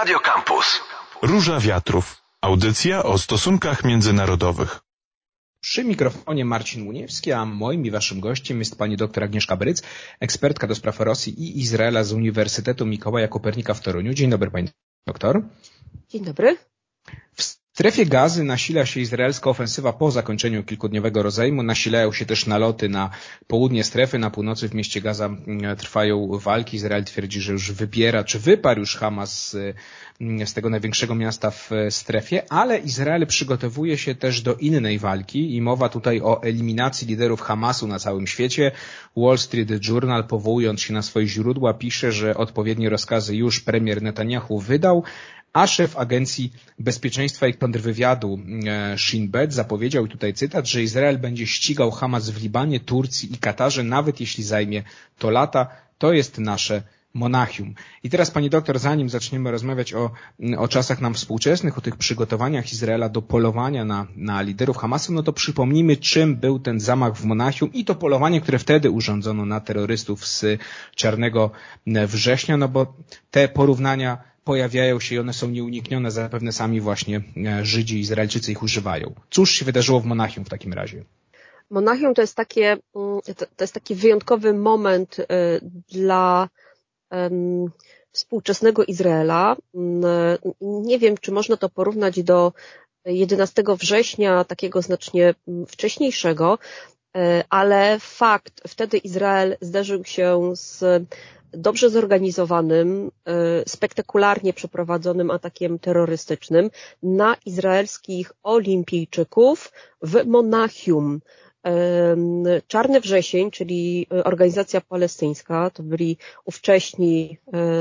Radio Campus. Róża Wiatrów. Audycja o stosunkach międzynarodowych. Przy mikrofonie Marcin Muniewski, a moim i waszym gościem jest pani dr Agnieszka Bryc, ekspertka do spraw Rosji i Izraela z Uniwersytetu Mikołaja Kopernika w Toruniu. Dzień dobry pani doktor. Dzień dobry. W strefie Gazy nasila się izraelska ofensywa po zakończeniu kilkudniowego rozejmu. Nasilają się też naloty na południe strefy, na północy w mieście Gaza trwają walki. Izrael twierdzi, że już wyparł już Hamas z tego największego miasta w strefie, ale Izrael przygotowuje się też do innej walki i mowa tutaj o eliminacji liderów Hamasu na całym świecie. Wall Street Journal, powołując się na swoje źródła, pisze, że odpowiednie rozkazy już premier Netanyahu wydał, a szef Agencji Bezpieczeństwa i Kontrwywiadu Shin Bet zapowiedział, i tutaj cytat, że Izrael będzie ścigał Hamas w Libanie, Turcji i Katarze, nawet jeśli zajmie to lata. To jest nasze Monachium. I teraz pani doktor, zanim zaczniemy rozmawiać o czasach nam współczesnych, o tych przygotowaniach Izraela do polowania na liderów Hamasu, no to przypomnijmy, czym był ten zamach w Monachium i to polowanie, które wtedy urządzono na terrorystów z Czarnego Września, no bo te porównania pojawiają się i one są nieuniknione, zapewne sami właśnie Żydzi i Izraelczycy ich używają. Cóż się wydarzyło w Monachium w takim razie? Monachium to jest taki wyjątkowy moment dla współczesnego Izraela. Nie wiem, czy można to porównać do 11 września, takiego znacznie wcześniejszego, ale fakt, wtedy Izrael zderzył się z dobrze zorganizowanym, spektakularnie przeprowadzonym atakiem terrorystycznym na izraelskich olimpijczyków w Monachium. Czarny Wrzesień, czyli organizacja palestyńska, to byli ówcześni,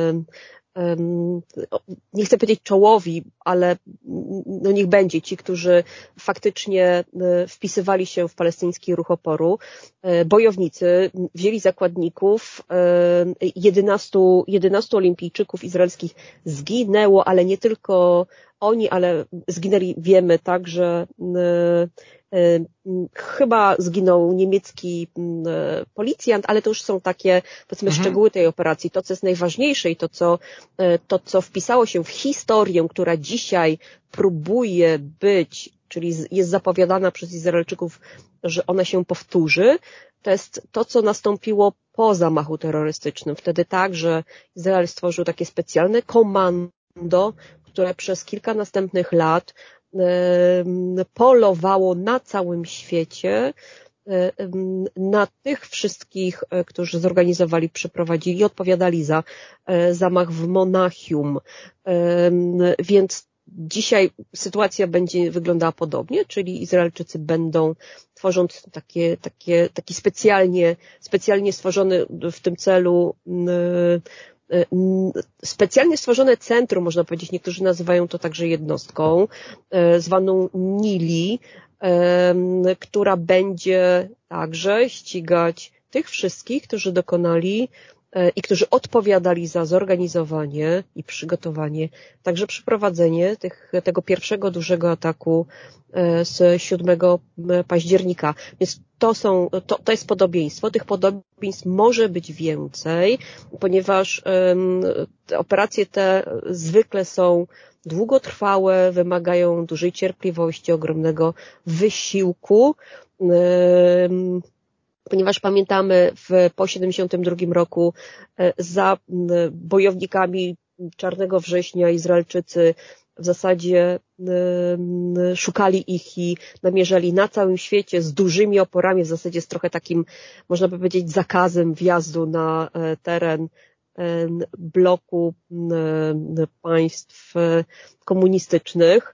nie chcę powiedzieć czołowi, ale no niech będzie ci, którzy faktycznie wpisywali się w palestyński ruch oporu, bojownicy, wzięli zakładników, 11 olimpijczyków izraelskich zginęło, ale nie tylko oni, ale zginęli, wiemy także, chyba zginął niemiecki policjant, ale to już są takie, powiedzmy, szczegóły tej operacji. To, co jest najważniejsze i to, co wpisało się w historię, która dzisiaj próbuje być, czyli jest zapowiadana przez Izraelczyków, że ona się powtórzy, to jest to, co nastąpiło po zamachu terrorystycznym. Wtedy także Izrael stworzył takie specjalne komando, które przez kilka następnych lat polowało na całym świecie na tych wszystkich, którzy zorganizowali, przeprowadzili i odpowiadali za zamach w Monachium. Więc dzisiaj sytuacja będzie wyglądała podobnie, czyli Izraelczycy będą, tworząc taki specjalnie stworzony w tym celu specjalnie stworzone centrum, można powiedzieć, niektórzy nazywają to także jednostką, zwaną Nili, która będzie także ścigać tych wszystkich, którzy dokonali i którzy odpowiadali za zorganizowanie i przygotowanie, także przeprowadzenie tego pierwszego dużego ataku z 7 października. Więc to jest podobieństwo. Tych podobieństw może być więcej, ponieważ operacje te zwykle są długotrwałe, wymagają dużej cierpliwości, ogromnego wysiłku, ponieważ pamiętamy, po 1972 roku za bojownikami Czarnego Września Izraelczycy w zasadzie szukali ich i namierzali na całym świecie z dużymi oporami, w zasadzie z trochę takim, można by powiedzieć, zakazem wjazdu na teren bloku państw komunistycznych.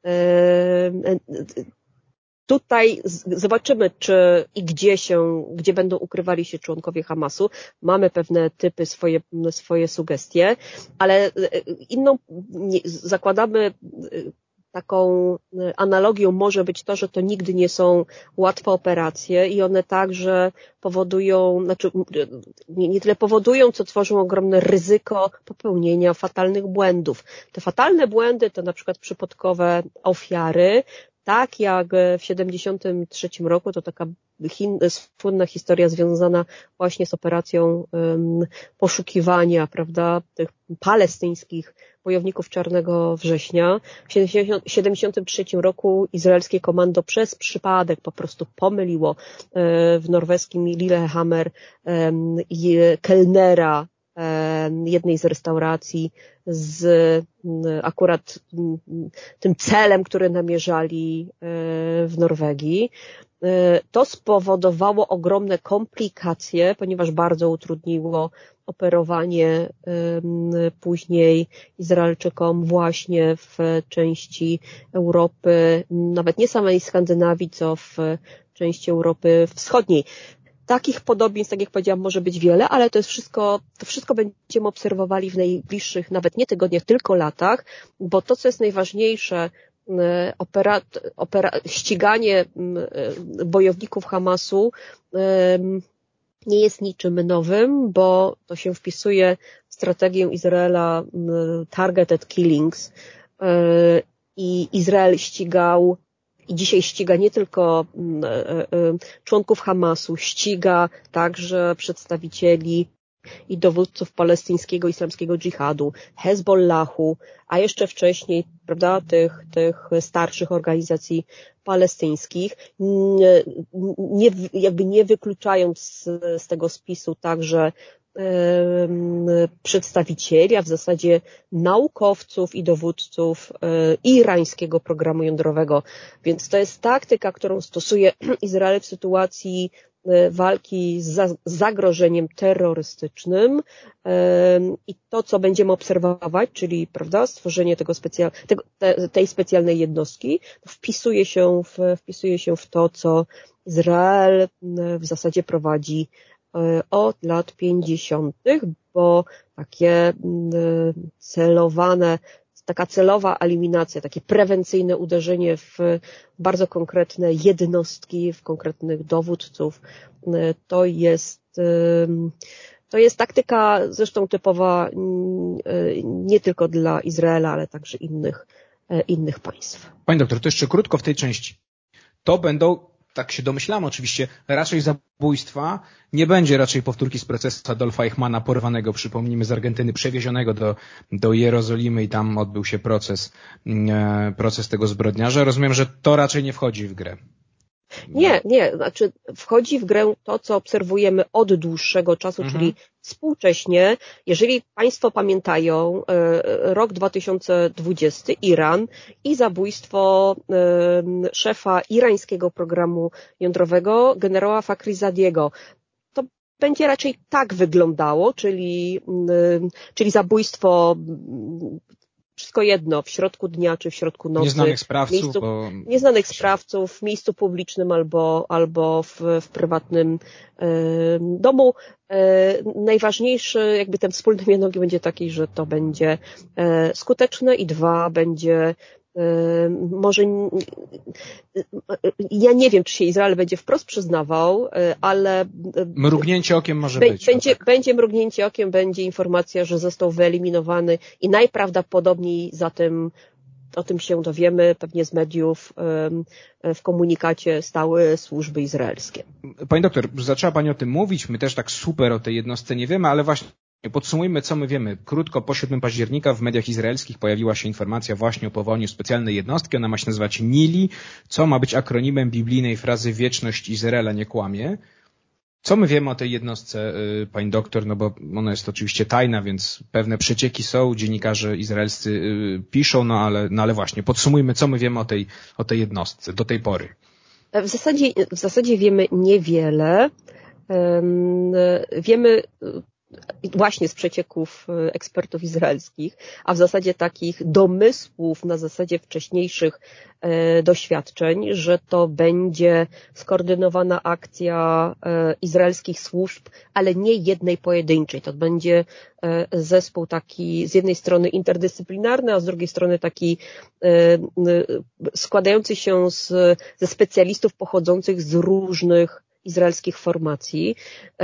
Tutaj zobaczymy, czy i gdzie będą ukrywali się członkowie Hamasu. Mamy pewne typy, swoje sugestie, ale zakładamy taką analogią może być to, że to nigdy nie są łatwe operacje i one także powodują, nie tyle powodują, co tworzą ogromne ryzyko popełnienia fatalnych błędów. Te fatalne błędy to na przykład przypadkowe ofiary, tak jak w 1973 roku, to taka słynna historia związana właśnie z operacją poszukiwania, prawda, tych palestyńskich bojowników Czarnego Września. W 1973 roku izraelskie komando przez przypadek po prostu pomyliło w norweskim Lillehammer kelnera jednej z restauracji z akurat tym celem, który namierzali w Norwegii. To spowodowało ogromne komplikacje, ponieważ bardzo utrudniło operowanie później Izraelczykom właśnie w części Europy, nawet nie samej Skandynawii, co w części Europy Wschodniej. Takich podobieństw, tak jak powiedziałam, może być wiele, ale to wszystko będziemy obserwowali w najbliższych, nawet nie tygodniach, tylko latach, bo to, co jest najważniejsze, ściganie bojowników Hamasu nie jest niczym nowym, bo to się wpisuje w strategię Izraela targeted killings i Izrael ścigał i dzisiaj ściga nie tylko członków Hamasu, ściga także przedstawicieli i dowódców palestyńskiego islamskiego dżihadu, Hezbollahu, a jeszcze wcześniej, prawda, tych starszych organizacji palestyńskich, nie wykluczając z tego spisu także przedstawicieli, a w zasadzie naukowców i dowódców irańskiego programu jądrowego. Więc to jest taktyka, którą stosuje Izrael w sytuacji walki z zagrożeniem terrorystycznym i to, co będziemy obserwować, czyli, prawda, stworzenie tej specjalnej jednostki, wpisuje się w to, co Izrael w zasadzie prowadzi od lat 50., bo taka celowa eliminacja, takie prewencyjne uderzenie w bardzo konkretne jednostki, w konkretnych dowódców, to jest taktyka zresztą typowa nie tylko dla Izraela, ale także innych państw. Pani doktor, to jeszcze krótko w tej części. To będą, tak się domyślam oczywiście, raczej zabójstwa, nie będzie raczej powtórki z procesu Adolfa Eichmanna porwanego, przypomnijmy, z Argentyny, przewiezionego do Jerozolimy i tam odbył się proces tego zbrodniarza. Rozumiem, że to raczej nie wchodzi w grę. Nie, znaczy wchodzi w grę to, co obserwujemy od dłuższego czasu, czyli współcześnie. Jeżeli Państwo pamiętają, rok 2020, Iran i zabójstwo szefa irańskiego programu jądrowego, generała Fakhrizadiego. To będzie raczej tak wyglądało, czyli zabójstwo, wszystko jedno, w środku dnia czy w środku nocy. Nieznanych sprawców w miejscu publicznym albo w prywatnym domu. Najważniejszy, jakby ten wspólny mianownik będzie taki, że to będzie skuteczne i będzie może ja nie wiem, czy się Izrael będzie wprost przyznawał, ale mrugnięcie okiem może być. Będzie mrugnięcie okiem, będzie informacja, że został wyeliminowany i najprawdopodobniej o tym się dowiemy pewnie z mediów w komunikacie stałe służby izraelskie. Pani doktor, zaczęła Pani o tym mówić, my też tak super o tej jednostce nie wiemy, ale właśnie podsumujmy, co my wiemy. Krótko po 7 października w mediach izraelskich pojawiła się informacja właśnie o powołaniu specjalnej jednostki. Ona ma się nazywać Nili, co ma być akronimem biblijnej frazy wieczność Izraela nie kłamie. Co my wiemy o tej jednostce, pani doktor? No bo ona jest oczywiście tajna, więc pewne przecieki są, dziennikarze izraelscy piszą, no ale właśnie podsumujmy, co my wiemy o tej jednostce do tej pory. W zasadzie wiemy niewiele. Wiemy właśnie z przecieków ekspertów izraelskich, a w zasadzie takich domysłów na zasadzie wcześniejszych doświadczeń, że to będzie skoordynowana akcja izraelskich służb, ale nie jednej pojedynczej. To będzie zespół taki z jednej strony interdyscyplinarny, a z drugiej strony taki składający się ze specjalistów pochodzących z różnych izraelskich formacji.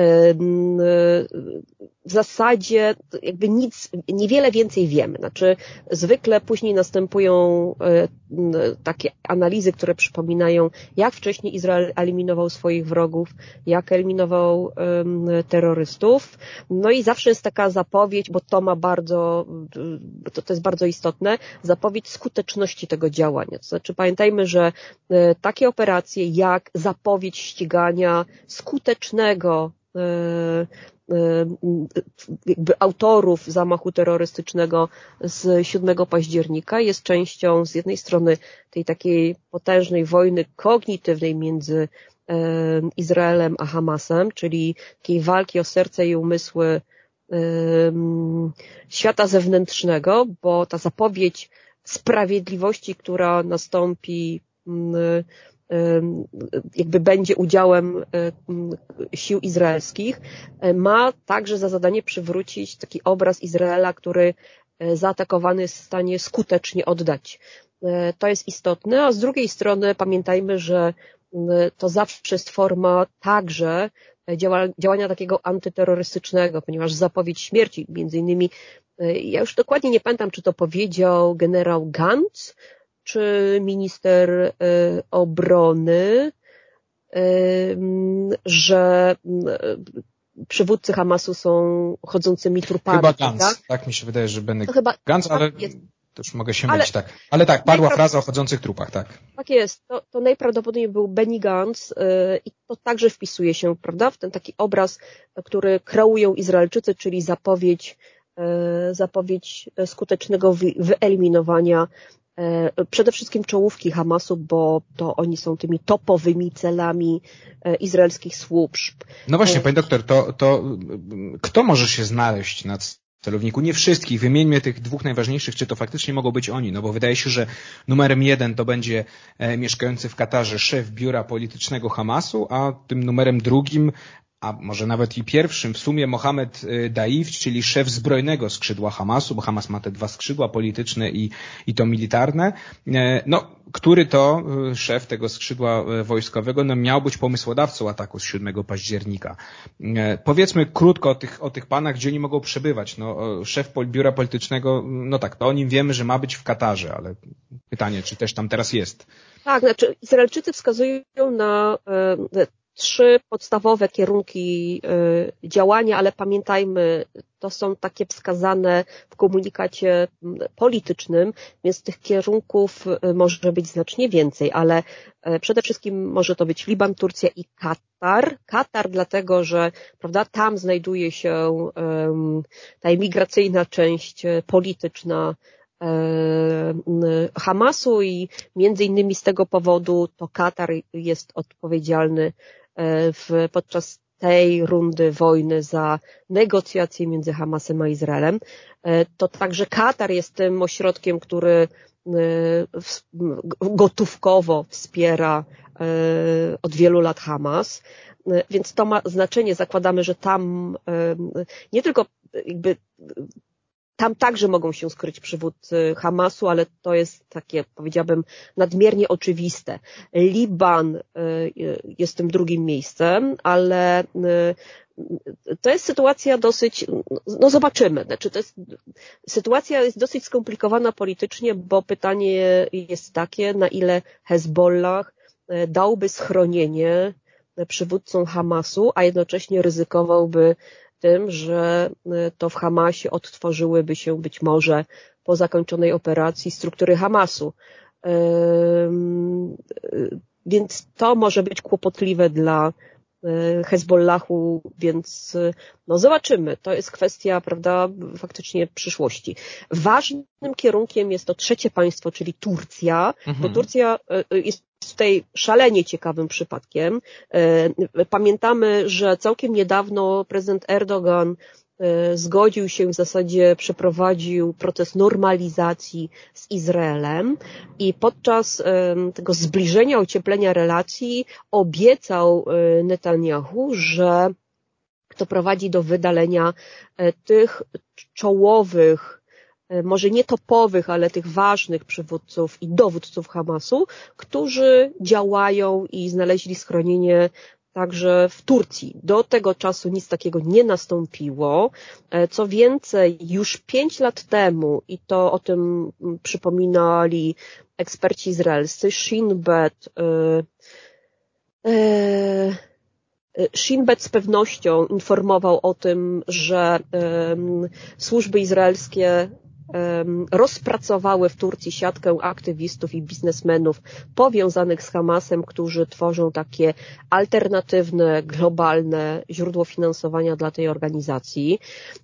W zasadzie jakby niewiele więcej wiemy. Znaczy zwykle później następują takie analizy, które przypominają, jak wcześniej Izrael eliminował swoich wrogów, jak eliminował terrorystów. No i zawsze jest taka zapowiedź, bo to ma to jest bardzo istotne, zapowiedź skuteczności tego działania. To znaczy pamiętajmy, że takie operacje jak zapowiedź ścigania skutecznego jakby autorów zamachu terrorystycznego z 7 października jest częścią z jednej strony tej takiej potężnej wojny kognitywnej między Izraelem a Hamasem, czyli takiej walki o serce i umysły świata zewnętrznego, bo ta zapowiedź sprawiedliwości, która nastąpi, jakby będzie udziałem sił izraelskich, ma także za zadanie przywrócić taki obraz Izraela, który zaatakowany jest w stanie skutecznie oddać. To jest istotne, a z drugiej strony pamiętajmy, że to zawsze jest forma także działania takiego antyterrorystycznego, ponieważ zapowiedź śmierci, między innymi, ja już dokładnie nie pamiętam, czy to powiedział generał Gantz, czy minister obrony, że przywódcy Hamasu są chodzącymi trupami. Chyba Gantz, tak mi się wydaje, że Benny Gantz, ale jest. to już mogę się mylić, tak. Ale tak, padła fraza o chodzących trupach, tak. Tak jest, to najprawdopodobniej był Benny Gantz i to także wpisuje się, prawda, w ten taki obraz, który kreują Izraelczycy, czyli zapowiedź skutecznego wyeliminowania przede wszystkim czołówki Hamasu, bo to oni są tymi topowymi celami izraelskich służb. No właśnie, pani doktor, to kto może się znaleźć na celowniku? Nie wszystkich. Wymieńmy tych dwóch najważniejszych, czy to faktycznie mogą być oni, no bo wydaje się, że numerem 1 to będzie mieszkający w Katarze szef biura politycznego Hamasu, a tym numerem 2, a może nawet i pierwszym w sumie Mohamed Daif, czyli szef zbrojnego skrzydła Hamasu, bo Hamas ma te 2 skrzydła, polityczne i to militarne. No, który to szef tego skrzydła wojskowego miał być pomysłodawcą ataku z 7 października. Powiedzmy krótko o tych panach, gdzie oni mogą przebywać. No, szef biura politycznego, no tak, to o nim wiemy, że ma być w Katarze, ale pytanie, czy też tam teraz jest. Tak, znaczy Izraelczycy wskazują na 3 podstawowe kierunki działania, ale pamiętajmy, to są takie wskazane w komunikacie politycznym, więc tych kierunków może być znacznie więcej, ale przede wszystkim może to być Liban, Turcja i Katar. Katar dlatego, że prawda, tam znajduje się ta imigracyjna część polityczna Hamasu i między innymi z tego powodu to Katar jest odpowiedzialny podczas tej rundy wojny za negocjacje między Hamasem a Izraelem. To także Katar jest tym ośrodkiem, który gotówkowo wspiera od wielu lat Hamas, więc to ma znaczenie. Zakładamy, że tam nie tylko jakby tam także mogą się skryć przywódcy Hamasu, ale to jest takie, powiedziałabym, nadmiernie oczywiste. Liban jest tym drugim miejscem, ale to jest sytuacja dosyć, no zobaczymy. Znaczy sytuacja jest dosyć skomplikowana politycznie, bo pytanie jest takie, na ile Hezbollah dałby schronienie przywódcom Hamasu, a jednocześnie ryzykowałby tym, że to w Hamasie odtworzyłyby się być może po zakończonej operacji struktury Hamasu. Więc to może być kłopotliwe dla Hezbollahu, więc no zobaczymy. To jest kwestia, prawda, faktycznie przyszłości. Ważnym kierunkiem jest to trzecie państwo, czyli Turcja, bo Turcja jest tutaj szalenie ciekawym przypadkiem. Pamiętamy, że całkiem niedawno prezydent Erdogan zgodził się, w zasadzie przeprowadził proces normalizacji z Izraelem i podczas tego zbliżenia, ocieplenia relacji obiecał Netanyahu, że doprowadzi do wydalenia tych czołowych, może nie topowych, ale tych ważnych przywódców i dowódców Hamasu, którzy działają i znaleźli schronienie także w Turcji. Do tego czasu nic takiego nie nastąpiło. Co więcej, już 5 lat temu, i to o tym przypominali eksperci izraelscy, Shin Bet z pewnością informował o tym, że służby izraelskie rozpracowały w Turcji siatkę aktywistów i biznesmenów powiązanych z Hamasem, którzy tworzą takie alternatywne, globalne źródło finansowania dla tej organizacji.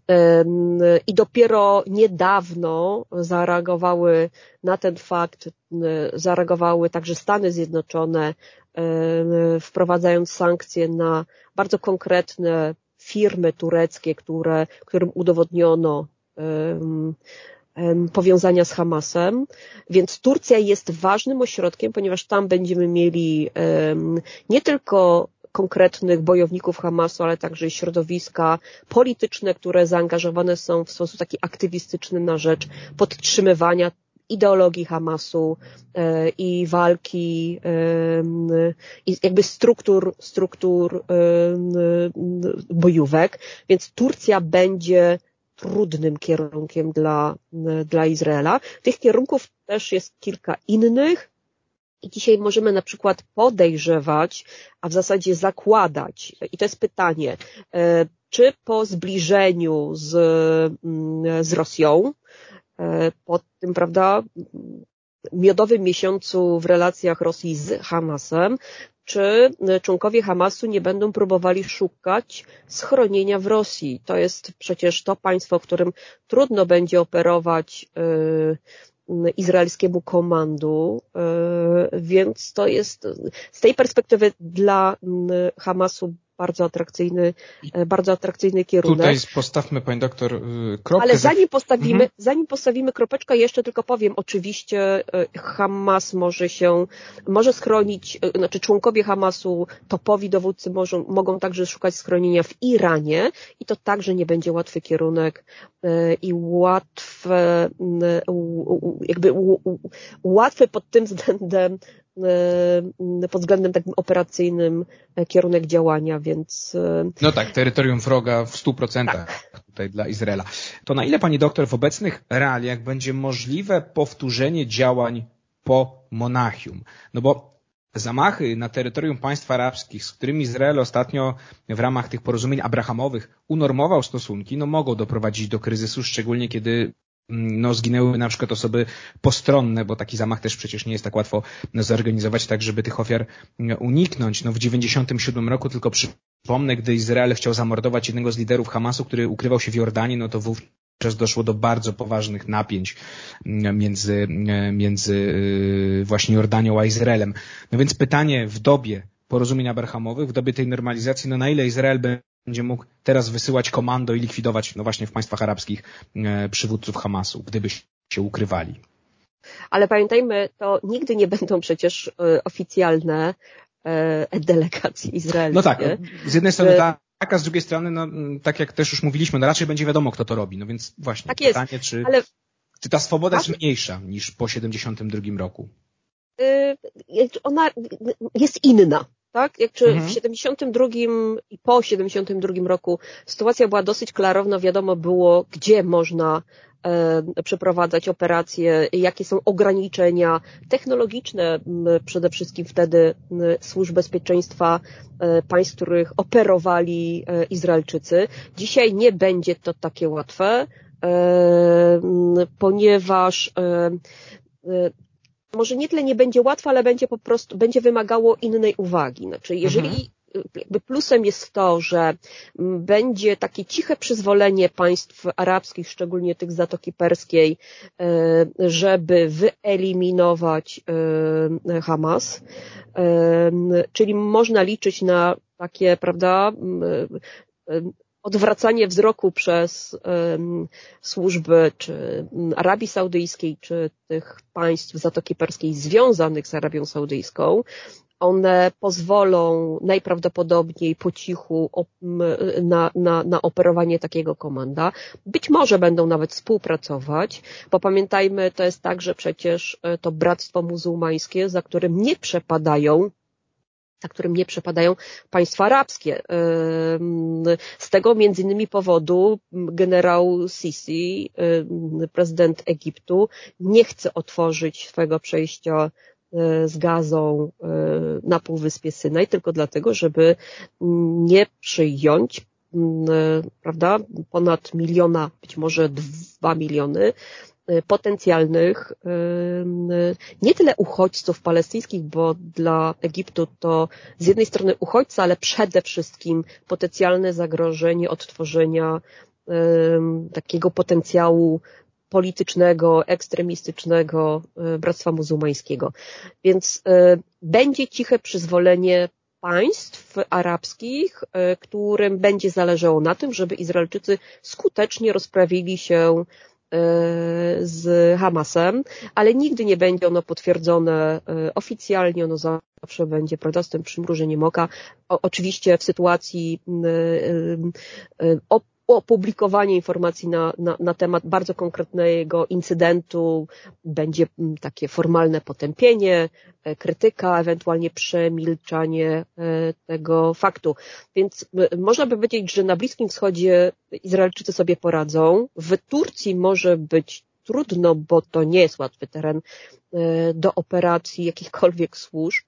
I dopiero niedawno zareagowały na ten fakt, zareagowały także Stany Zjednoczone, wprowadzając sankcje na bardzo konkretne firmy tureckie, którym udowodniono powiązania z Hamasem, więc Turcja jest ważnym ośrodkiem, ponieważ tam będziemy mieli nie tylko konkretnych bojowników Hamasu, ale także środowiska polityczne, które zaangażowane są w sposób taki aktywistyczny na rzecz podtrzymywania ideologii Hamasu i walki i jakby struktur bojówek, więc Turcja będzie trudnym kierunkiem dla Izraela. Tych kierunków też jest kilka innych i dzisiaj możemy na przykład podejrzewać, a w zasadzie zakładać, i to jest pytanie, czy po zbliżeniu z Rosją, po tym, prawda, miodowym miesiącu w relacjach Rosji z Hamasem, czy członkowie Hamasu nie będą próbowali szukać schronienia w Rosji. To jest przecież to państwo, w którym trudno będzie operować izraelskiemu komandu, więc to jest z tej perspektywy dla Hamasu bardzo atrakcyjny kierunek. Tutaj postawmy, pani doktor, kropkę. Ale zanim postawimy kropeczkę, jeszcze tylko powiem, oczywiście Hamas może schronić, znaczy członkowie Hamasu, topowi dowódcy mogą także szukać schronienia w Iranie i to także nie będzie łatwy kierunek i łatwy pod tym względem, pod względem takim operacyjnym kierunek działania, więc... No tak, terytorium wroga w 100% tak. Tutaj dla Izraela. To na ile, pani doktor, w obecnych realiach będzie możliwe powtórzenie działań po Monachium? No bo zamachy na terytorium państw arabskich, z którymi Izrael ostatnio w ramach tych porozumień abrahamowych unormował stosunki, no mogą doprowadzić do kryzysu, szczególnie kiedy zginęły na przykład osoby postronne, bo taki zamach też przecież nie jest tak łatwo zorganizować tak, żeby tych ofiar uniknąć. W 1997 roku, tylko przypomnę, gdy Izrael chciał zamordować jednego z liderów Hamasu, który ukrywał się w Jordanii, no to wówczas doszło do bardzo poważnych napięć między właśnie Jordanią a Izraelem. No więc pytanie w dobie porozumień abrahamowych, w dobie tej normalizacji, na ile Izrael będzie mógł teraz wysyłać komando i likwidować, właśnie w państwach arabskich, przywódców Hamasu, gdyby się ukrywali. Ale pamiętajmy, to nigdy nie będą przecież oficjalne delegacje izraelskie. No tak, z jednej strony tak, a z drugiej strony, tak jak też już mówiliśmy, raczej będzie wiadomo, kto to robi. No więc właśnie tak pytanie, jest, czy ta swoboda jest mniejsza niż po 1972 roku? Ona jest inna. Tak? Jak czy w 72 i po 72 roku sytuacja była dosyć klarowna, wiadomo było, gdzie można przeprowadzać operacje, jakie są ograniczenia technologiczne, przede wszystkim wtedy służb bezpieczeństwa państw, w których operowali Izraelczycy. Dzisiaj nie będzie to takie łatwe, ponieważ może nie tyle nie będzie łatwe, ale będzie wymagało innej uwagi. Znaczy, jeżeli jakby plusem jest to, że będzie takie ciche przyzwolenie państw arabskich, szczególnie tych z Zatoki Perskiej, żeby wyeliminować Hamas, czyli można liczyć na takie, prawda, odwracanie wzroku przez służby czy Arabii Saudyjskiej, czy tych państw Zatoki Perskiej związanych z Arabią Saudyjską. One pozwolą najprawdopodobniej po cichu na operowanie takiego komanda. Być może będą nawet współpracować, bo pamiętajmy, to jest tak, że przecież to bractwo muzułmańskie, za którym nie przepadają za którym nie przepadają państwa arabskie. Z tego między innymi powodu generał Sisi, prezydent Egiptu, nie chce otworzyć swojego przejścia z Gazą na Półwyspie Synaj, tylko dlatego, żeby nie przyjąć, prawda, ponad 1 miliona, być może 2 miliony potencjalnych nie tyle uchodźców palestyńskich, bo dla Egiptu to z jednej strony uchodźca, ale przede wszystkim potencjalne zagrożenie odtworzenia takiego potencjału politycznego, ekstremistycznego Bractwa Muzułmańskiego. Więc będzie ciche przyzwolenie państw arabskich, którym będzie zależało na tym, żeby Izraelczycy skutecznie rozprawili się z Hamasem, ale nigdy nie będzie ono potwierdzone oficjalnie, ono zawsze będzie, prawda, z tym przymrużeniem oka. Oczywiście w sytuacji opublikowania informacji na temat bardzo konkretnego incydentu będzie takie formalne potępienie, krytyka, ewentualnie przemilczanie tego faktu. Więc można by powiedzieć, że na Bliskim Wschodzie Izraelczycy sobie poradzą. W Turcji może być trudno, bo to nie jest łatwy teren do operacji jakichkolwiek służb,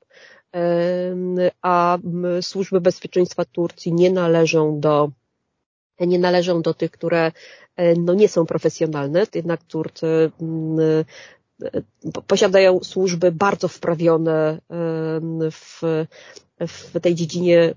a służby bezpieczeństwa Turcji nie należą do tych, które no, nie są profesjonalne, jednak Turcy posiadają służby bardzo wprawione w tej dziedzinie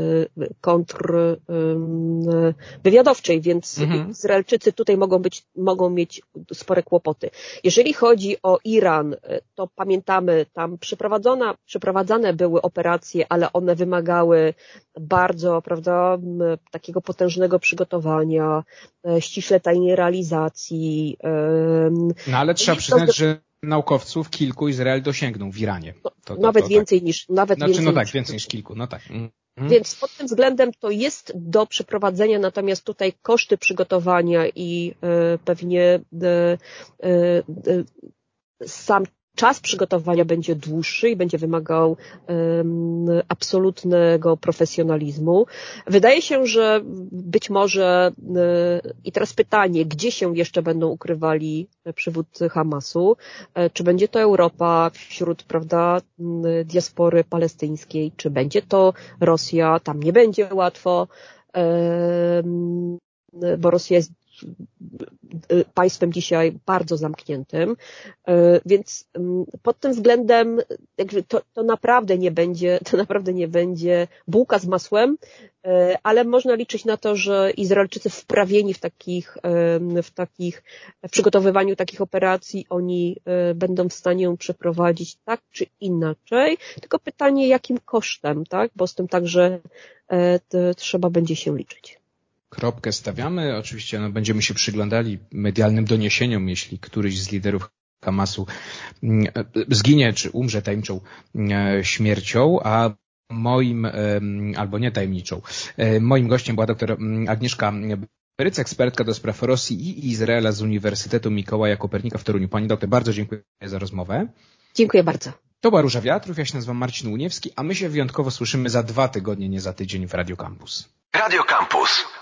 kontrwywiadowczej, więc Izraelczycy tutaj mogą mieć spore kłopoty. Jeżeli chodzi o Iran, to pamiętamy, tam przeprowadzane były operacje, ale one wymagały bardzo, prawda, takiego potężnego przygotowania, ściśle tajnej realizacji. No ale trzeba przyznać, że naukowców kilku Izrael dosięgnął w Iranie. Nawet więcej niż kilku, no tak. Więc pod tym względem to jest do przeprowadzenia, natomiast tutaj koszty przygotowania i pewnie sam czas przygotowania będzie dłuższy i będzie wymagał absolutnego profesjonalizmu. Wydaje się, że być może, i teraz pytanie, gdzie się jeszcze będą ukrywali przywódcy Hamasu? Czy będzie to Europa wśród, prawda, diaspory palestyńskiej? Czy będzie to Rosja? Tam nie będzie łatwo, bo Rosja jest państwem dzisiaj bardzo zamkniętym, więc pod tym względem jakby to naprawdę nie będzie bułka z masłem, ale można liczyć na to, że Izraelczycy wprawieni w przygotowywaniu takich operacji, oni będą w stanie ją przeprowadzić tak czy inaczej, tylko pytanie jakim kosztem, tak? Bo z tym także trzeba będzie się liczyć. Kropkę stawiamy. Oczywiście będziemy się przyglądali medialnym doniesieniom, jeśli któryś z liderów Hamasu zginie czy umrze tajemniczą śmiercią, a albo nie tajemniczą, moim gościem była dr Agnieszka Bryc, ekspertka do spraw Rosji i Izraela z Uniwersytetu Mikołaja Kopernika w Toruniu. Pani doktor, bardzo dziękuję za rozmowę. Dziękuję bardzo. To była Róża Wiatrów, ja się nazywam Marcin Łuniewski, a my się wyjątkowo słyszymy za 2 tygodnie, nie za tydzień w Radio Campus. Radio Campus.